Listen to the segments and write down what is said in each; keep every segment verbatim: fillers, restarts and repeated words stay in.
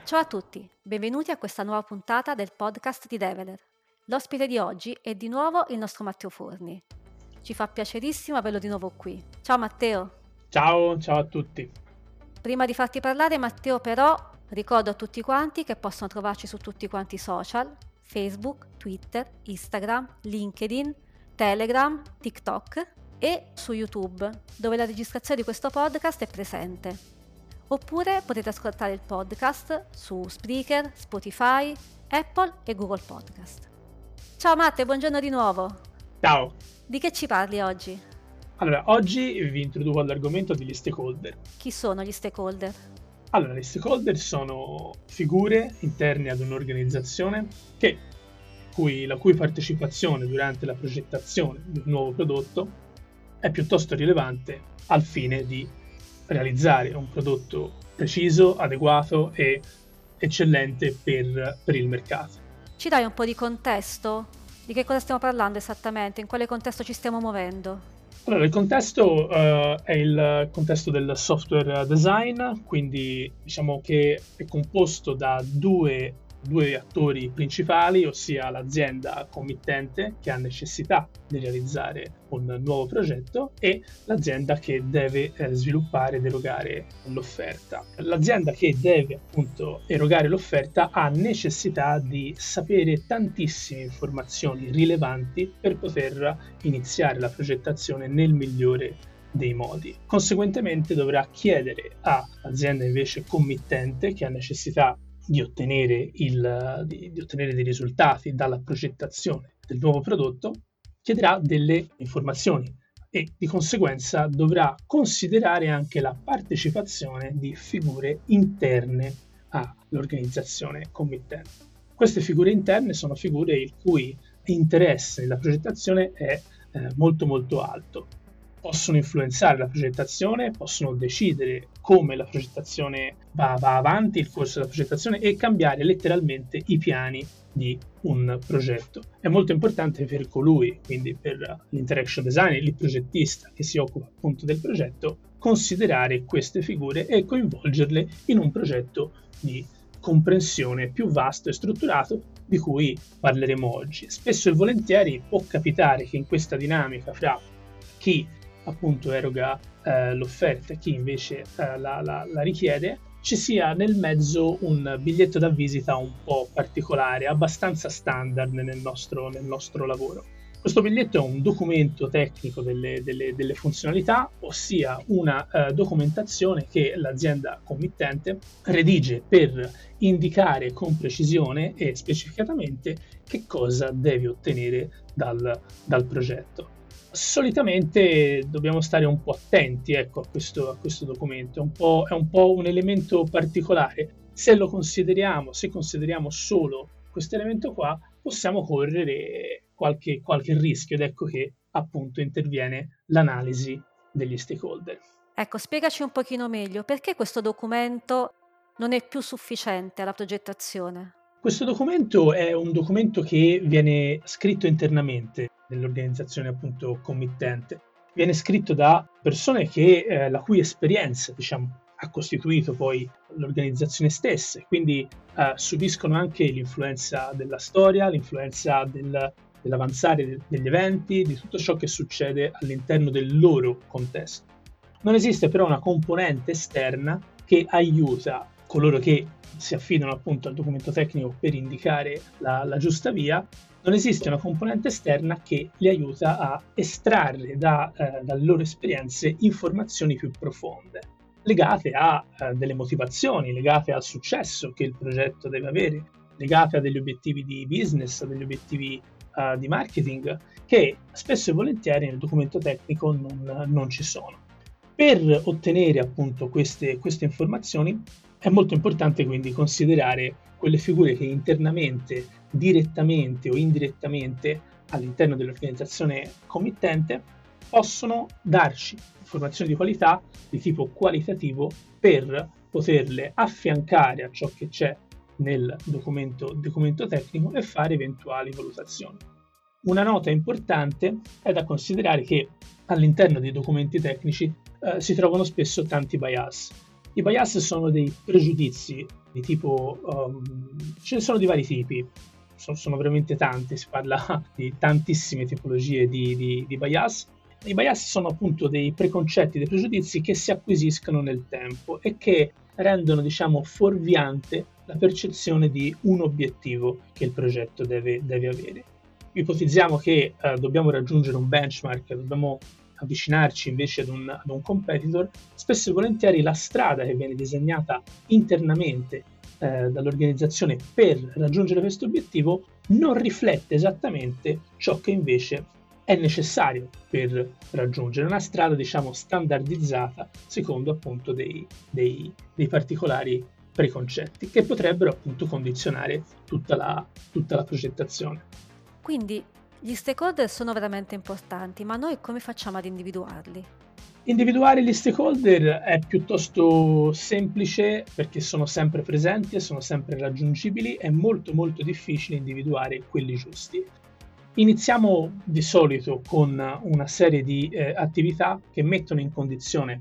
Ciao a tutti, benvenuti a questa nuova puntata del podcast di Develer. L'ospite di oggi è di nuovo il nostro Matteo Forni. Ci fa piacerissimo averlo di nuovo qui. Ciao Matteo! Ciao, ciao a tutti! Prima di farti parlare, Matteo, però, ricordo a tutti quanti che possono trovarci su tutti quanti i social, Facebook, Twitter, Instagram, LinkedIn, Telegram, TikTok e su YouTube, dove la registrazione di questo podcast è presente. Oppure potete ascoltare il podcast su Spreaker, Spotify, Apple e Google Podcast. Ciao Matte, buongiorno di nuovo. Ciao. Di che ci parli oggi? Allora, oggi vi introduco all'argomento degli stakeholder. Chi sono gli stakeholder? Allora, gli stakeholder sono figure interne ad un'organizzazione che, cui, la cui partecipazione durante la progettazione del nuovo prodotto è piuttosto rilevante al fine di realizzare un prodotto preciso, adeguato e eccellente per, per il mercato. Ci dai un po' di contesto? Di che cosa stiamo parlando esattamente? In quale contesto ci stiamo muovendo? Allora, il contesto uh, è il contesto del software design, quindi diciamo che è composto da due due attori principali, ossia l'azienda committente che ha necessità di realizzare un nuovo progetto e l'azienda che deve eh, sviluppare ed erogare l'offerta. L'azienda che deve appunto erogare l'offerta ha necessità di sapere tantissime informazioni rilevanti per poter iniziare la progettazione nel migliore dei modi. Conseguentemente dovrà chiedere all'azienda invece committente, che ha necessità di ottenere, il, di, di ottenere dei risultati dalla progettazione del nuovo prodotto, chiederà delle informazioni e di conseguenza dovrà considerare anche la partecipazione di figure interne all'organizzazione committente. Queste figure interne sono figure il cui interesse nella progettazione è eh, molto molto alto. Possono influenzare la progettazione, possono decidere come la progettazione va, va avanti, il corso della progettazione e cambiare letteralmente i piani di un progetto. È molto importante per colui, quindi per l'interaction designer, il progettista che si occupa appunto del progetto, considerare queste figure e coinvolgerle in un progetto di comprensione più vasto e strutturato di cui parleremo oggi. Spesso e volentieri può capitare che in questa dinamica fra chi appunto eroga eh, l'offerta e chi invece eh, la, la, la richiede, ci sia nel mezzo un biglietto da visita un po' particolare, abbastanza standard nel nostro, nel nostro lavoro. Questo biglietto è un documento tecnico delle, delle, delle funzionalità, ossia una eh, documentazione che l'azienda committente redige per indicare con precisione e specificatamente che cosa deve ottenere dal, dal progetto. Solitamente dobbiamo stare un po' attenti ecco, a, questo, a questo documento, è un, po', è un po' un elemento particolare. Se lo consideriamo, se consideriamo solo questo elemento qua, possiamo correre qualche, qualche rischio ed ecco che appunto interviene l'analisi degli stakeholder. Ecco, spiegaci un pochino meglio, perché questo documento non è più sufficiente alla progettazione? Questo documento è un documento che viene scritto internamente nell'organizzazione appunto committente. Viene scritto da persone che, eh, la cui esperienza diciamo, ha costituito poi l'organizzazione stessa, quindi eh, subiscono anche l'influenza della storia, l'influenza del, dell'avanzare de- degli eventi, di tutto ciò che succede all'interno del loro contesto. Non esiste però una componente esterna che aiuta coloro che si affidano appunto al documento tecnico per indicare la, la giusta via. Non esiste una componente esterna che li aiuta a estrarre da, eh, dalle loro esperienze informazioni più profonde, legate a eh, delle motivazioni, legate al successo che il progetto deve avere, legate a degli obiettivi di business, a degli obiettivi uh, di marketing, che spesso e volentieri nel documento tecnico non, non ci sono. Per ottenere appunto queste, queste informazioni è molto importante quindi considerare quelle figure che internamente, direttamente o indirettamente all'interno dell'organizzazione committente possono darci informazioni di qualità di tipo qualitativo per poterle affiancare a ciò che c'è nel documento, documento tecnico e fare eventuali valutazioni. Una nota importante è da considerare che all'interno dei documenti tecnici eh, si trovano spesso tanti bias. I bias sono dei pregiudizi di tipo, um, ce ne sono di vari tipi, sono, sono veramente tanti, si parla di tantissime tipologie di, di, di bias. I bias sono appunto dei preconcetti, dei pregiudizi che si acquisiscono nel tempo e che rendono, diciamo, fuorviante la percezione di un obiettivo che il progetto deve, deve avere. Ipotizziamo che eh, dobbiamo raggiungere un benchmark, dobbiamo avvicinarci invece ad un, ad un competitor, spesso e volentieri la strada che viene disegnata internamente eh, dall'organizzazione per raggiungere questo obiettivo non riflette esattamente ciò che invece è necessario per raggiungere una strada, diciamo, standardizzata secondo appunto dei, dei, dei particolari preconcetti che potrebbero appunto condizionare tutta la, tutta la progettazione. Quindi gli stakeholder sono veramente importanti, ma noi come facciamo ad individuarli? Individuare gli stakeholder è piuttosto semplice perché sono sempre presenti e sono sempre raggiungibili, è molto molto difficile individuare quelli giusti. Iniziamo di solito con una serie di eh, attività che mettono in condizione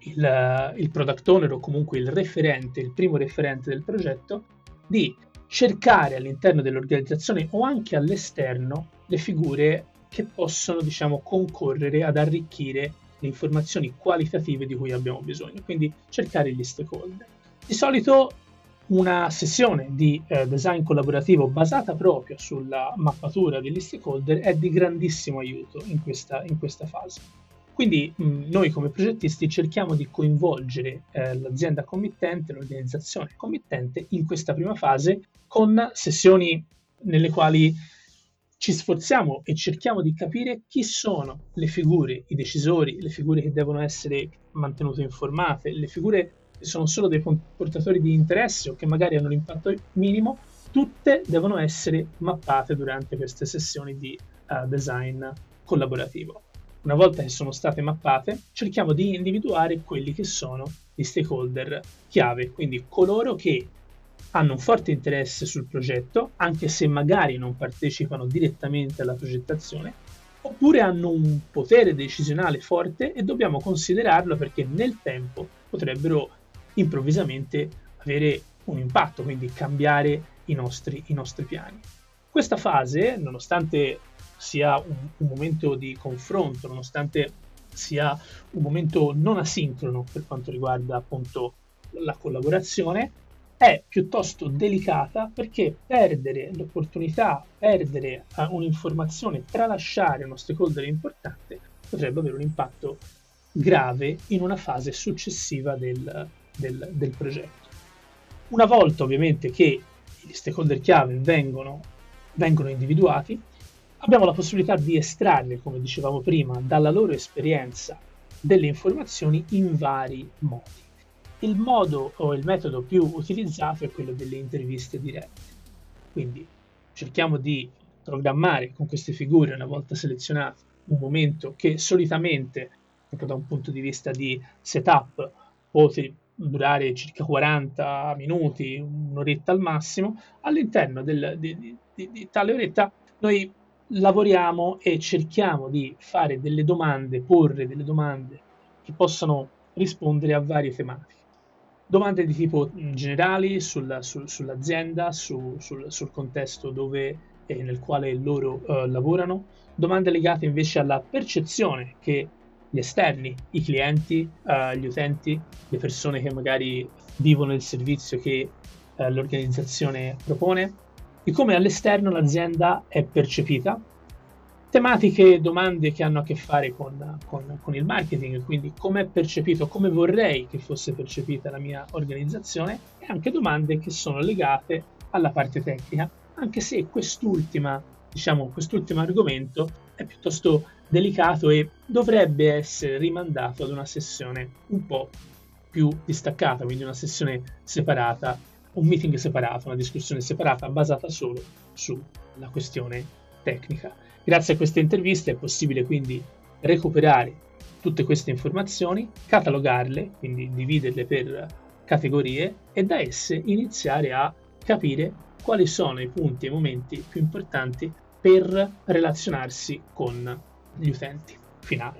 il, il product owner o comunque il referente, il primo referente del progetto, di cercare all'interno dell'organizzazione o anche all'esterno le figure che possono, diciamo, concorrere ad arricchire le informazioni qualitative di cui abbiamo bisogno, quindi cercare gli stakeholder. Di solito una sessione di eh, design collaborativo basata proprio sulla mappatura degli stakeholder è di grandissimo aiuto in questa, in questa fase. Quindi mh, noi come progettisti cerchiamo di coinvolgere eh, l'azienda committente, l'organizzazione committente in questa prima fase con sessioni nelle quali ci sforziamo e cerchiamo di capire chi sono le figure, i decisori, le figure che devono essere mantenute informate, le figure che sono solo dei portatori di interesse o che magari hanno un impatto minimo, tutte devono essere mappate durante queste sessioni di uh, design collaborativo. Una volta che sono state mappate, cerchiamo di individuare quelli che sono gli stakeholder chiave, quindi coloro che hanno un forte interesse sul progetto, anche se magari non partecipano direttamente alla progettazione, oppure hanno un potere decisionale forte e dobbiamo considerarlo perché nel tempo potrebbero improvvisamente avere un impatto, quindi cambiare i nostri, i nostri piani. Questa fase, nonostante sia un, un momento di confronto, nonostante sia un momento non asincrono per quanto riguarda appunto la collaborazione, è piuttosto delicata perché perdere l'opportunità, perdere uh, un'informazione, tralasciare uno stakeholder importante potrebbe avere un impatto grave in una fase successiva del, del, del progetto. Una volta ovviamente che gli stakeholder chiave vengono, vengono individuati, abbiamo la possibilità di estrarre, come dicevamo prima, dalla loro esperienza delle informazioni in vari modi. Il modo o il metodo più utilizzato è quello delle interviste dirette. Quindi cerchiamo di programmare con queste figure, una volta selezionate, un momento che solitamente, anche da un punto di vista di setup, può durare circa quaranta minuti, un'oretta al massimo. All'interno del, di, di, di, di tale oretta noi lavoriamo e cerchiamo di fare delle domande, porre delle domande che possano rispondere a varie tematiche. Domande di tipo generali sulla, su, sull'azienda, su, sul, sul contesto dove e nel quale loro uh, lavorano, domande legate invece alla percezione che gli esterni, i clienti, uh, gli utenti, le persone che magari vivono il servizio che uh, l'organizzazione propone, di come all'esterno l'azienda è percepita, tematiche, domande che hanno a che fare con, con, con il marketing, quindi come è percepito, come vorrei che fosse percepita la mia organizzazione, e anche domande che sono legate alla parte tecnica, anche se quest'ultima, diciamo, quest'ultimo argomento è piuttosto delicato e dovrebbe essere rimandato ad una sessione un po' più distaccata, quindi una sessione separata, un meeting separato, una discussione separata basata solo sulla questione tecnica. Grazie a queste interviste è possibile quindi recuperare tutte queste informazioni, catalogarle, quindi dividerle per categorie e da esse iniziare a capire quali sono i punti e i momenti più importanti per relazionarsi con gli utenti finali.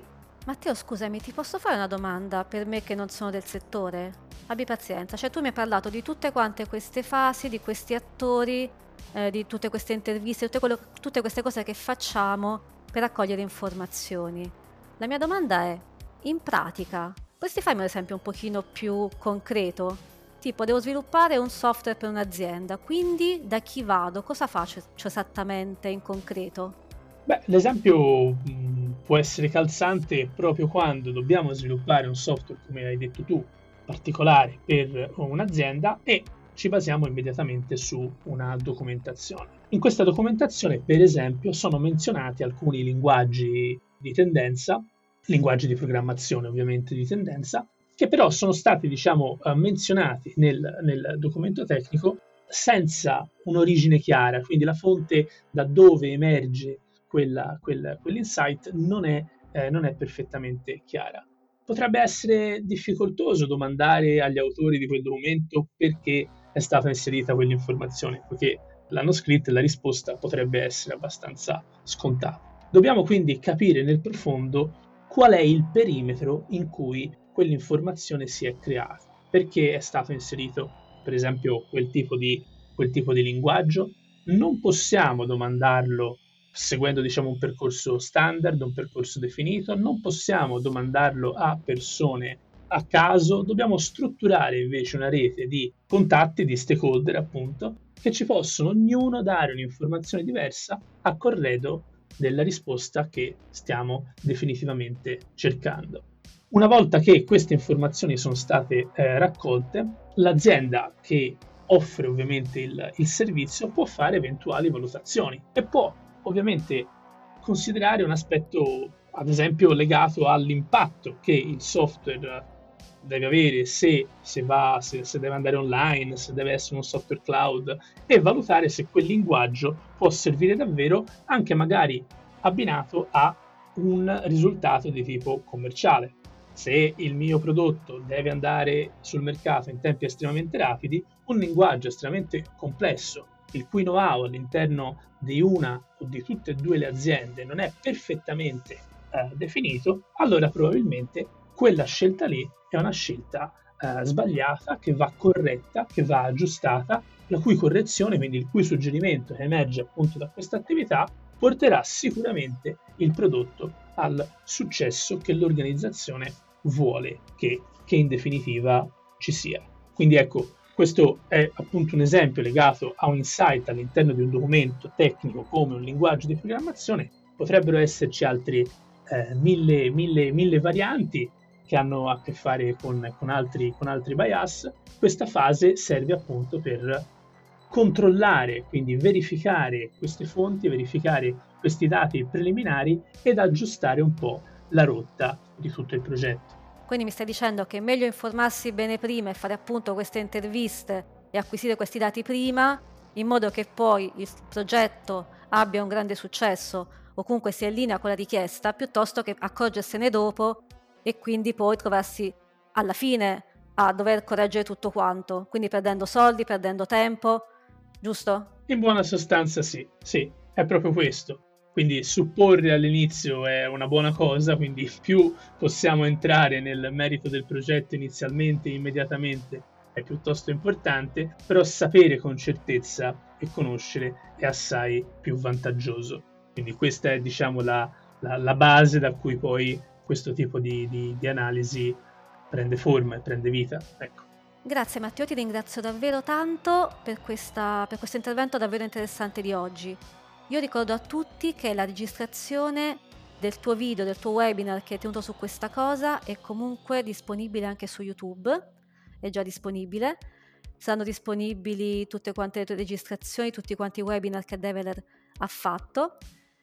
Matteo, scusami, ti posso fare una domanda per me che non sono del settore? Abbi pazienza, cioè tu mi hai parlato di tutte quante queste fasi, di questi attori, eh, di tutte queste interviste, tutte, quello- tutte queste cose che facciamo per raccogliere informazioni. La mia domanda è, in pratica, potresti farmi un esempio un pochino più concreto? Tipo, devo sviluppare un software per un'azienda, quindi da chi vado? Cosa faccio cioè, esattamente in concreto? Beh, l'esempio mh, può essere calzante proprio quando dobbiamo sviluppare un software, come hai detto tu, particolare per un'azienda e ci basiamo immediatamente su una documentazione. In questa documentazione, per esempio, sono menzionati alcuni linguaggi di tendenza, linguaggi di programmazione ovviamente di tendenza, che però sono stati, diciamo, eh, menzionati nel, nel documento tecnico senza un'origine chiara, quindi la fonte da dove emerge quella, quel, quell'insight non è, eh, non è perfettamente chiara. Potrebbe essere difficoltoso domandare agli autori di quel documento perché è stata inserita quell'informazione, poiché l'hanno scritta e la risposta potrebbe essere abbastanza scontata. Dobbiamo quindi capire nel profondo qual è il perimetro in cui quell'informazione si è creata, perché è stato inserito, per esempio, quel tipo di, quel tipo di linguaggio. Non possiamo domandarlo seguendo, diciamo, un percorso standard, un percorso definito, non possiamo domandarlo a persone a caso, dobbiamo strutturare invece una rete di contatti, di stakeholder appunto, che ci possono ognuno dare un'informazione diversa a corredo della risposta che stiamo definitivamente cercando. Una volta che queste informazioni sono state eh, raccolte, l'azienda che offre ovviamente il, il servizio può fare eventuali valutazioni e può ovviamente considerare un aspetto, ad esempio, legato all'impatto che il software deve avere se, se, va, se, se deve andare online, se deve essere un software cloud, e valutare se quel linguaggio può servire davvero, anche magari abbinato a un risultato di tipo commerciale. Se il mio prodotto deve andare sul mercato in tempi estremamente rapidi, un linguaggio estremamente complesso, il cui know-how all'interno di una o di tutte e due le aziende non è perfettamente eh, definito, allora probabilmente quella scelta lì è una scelta eh, sbagliata, che va corretta, che va aggiustata, la cui correzione, quindi il cui suggerimento che emerge appunto da questa attività, porterà sicuramente il prodotto al successo che l'organizzazione vuole che, che in definitiva ci sia. Quindi ecco, questo è appunto un esempio legato a un insight all'interno di un documento tecnico come un linguaggio di programmazione. Potrebbero esserci altri eh, mille, mille, mille varianti che hanno a che fare con, con, altri, con altri bias. Questa fase serve appunto per controllare, quindi verificare queste fonti, verificare questi dati preliminari ed aggiustare un po' la rotta di tutto il progetto. Quindi mi stai dicendo che è meglio informarsi bene prima e fare appunto queste interviste e acquisire questi dati prima, in modo che poi il progetto abbia un grande successo o comunque sia in linea con la richiesta, piuttosto che accorgersene dopo e quindi poi trovarsi alla fine a dover correggere tutto quanto, quindi perdendo soldi, perdendo tempo, giusto? In buona sostanza sì, sì, è proprio questo. Quindi supporre all'inizio è una buona cosa, quindi più possiamo entrare nel merito del progetto inizialmente, immediatamente, è piuttosto importante, però sapere con certezza e conoscere è assai più vantaggioso. Quindi questa è, diciamo, la, la, la base da cui poi questo tipo di, di, di analisi prende forma e prende vita. Ecco. Grazie Matteo, ti ringrazio davvero tanto per, questa, per questo intervento davvero interessante di oggi. Io ricordo a tutti che la registrazione del tuo video, del tuo webinar che hai tenuto su questa cosa è comunque disponibile anche su YouTube, è già disponibile. Saranno disponibili tutte quante le tue registrazioni, tutti quanti i webinar che Develer ha fatto.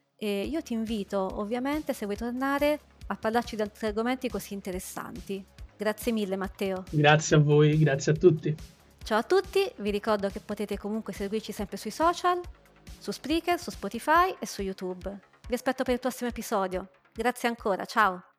E io ti invito ovviamente, se vuoi tornare, a parlarci di altri argomenti così interessanti. Grazie mille Matteo. Grazie a voi, grazie a tutti. Ciao a tutti, vi ricordo che potete comunque seguirci sempre sui social, su Spreaker, su Spotify e su YouTube. Vi aspetto per il prossimo episodio. Grazie ancora, ciao!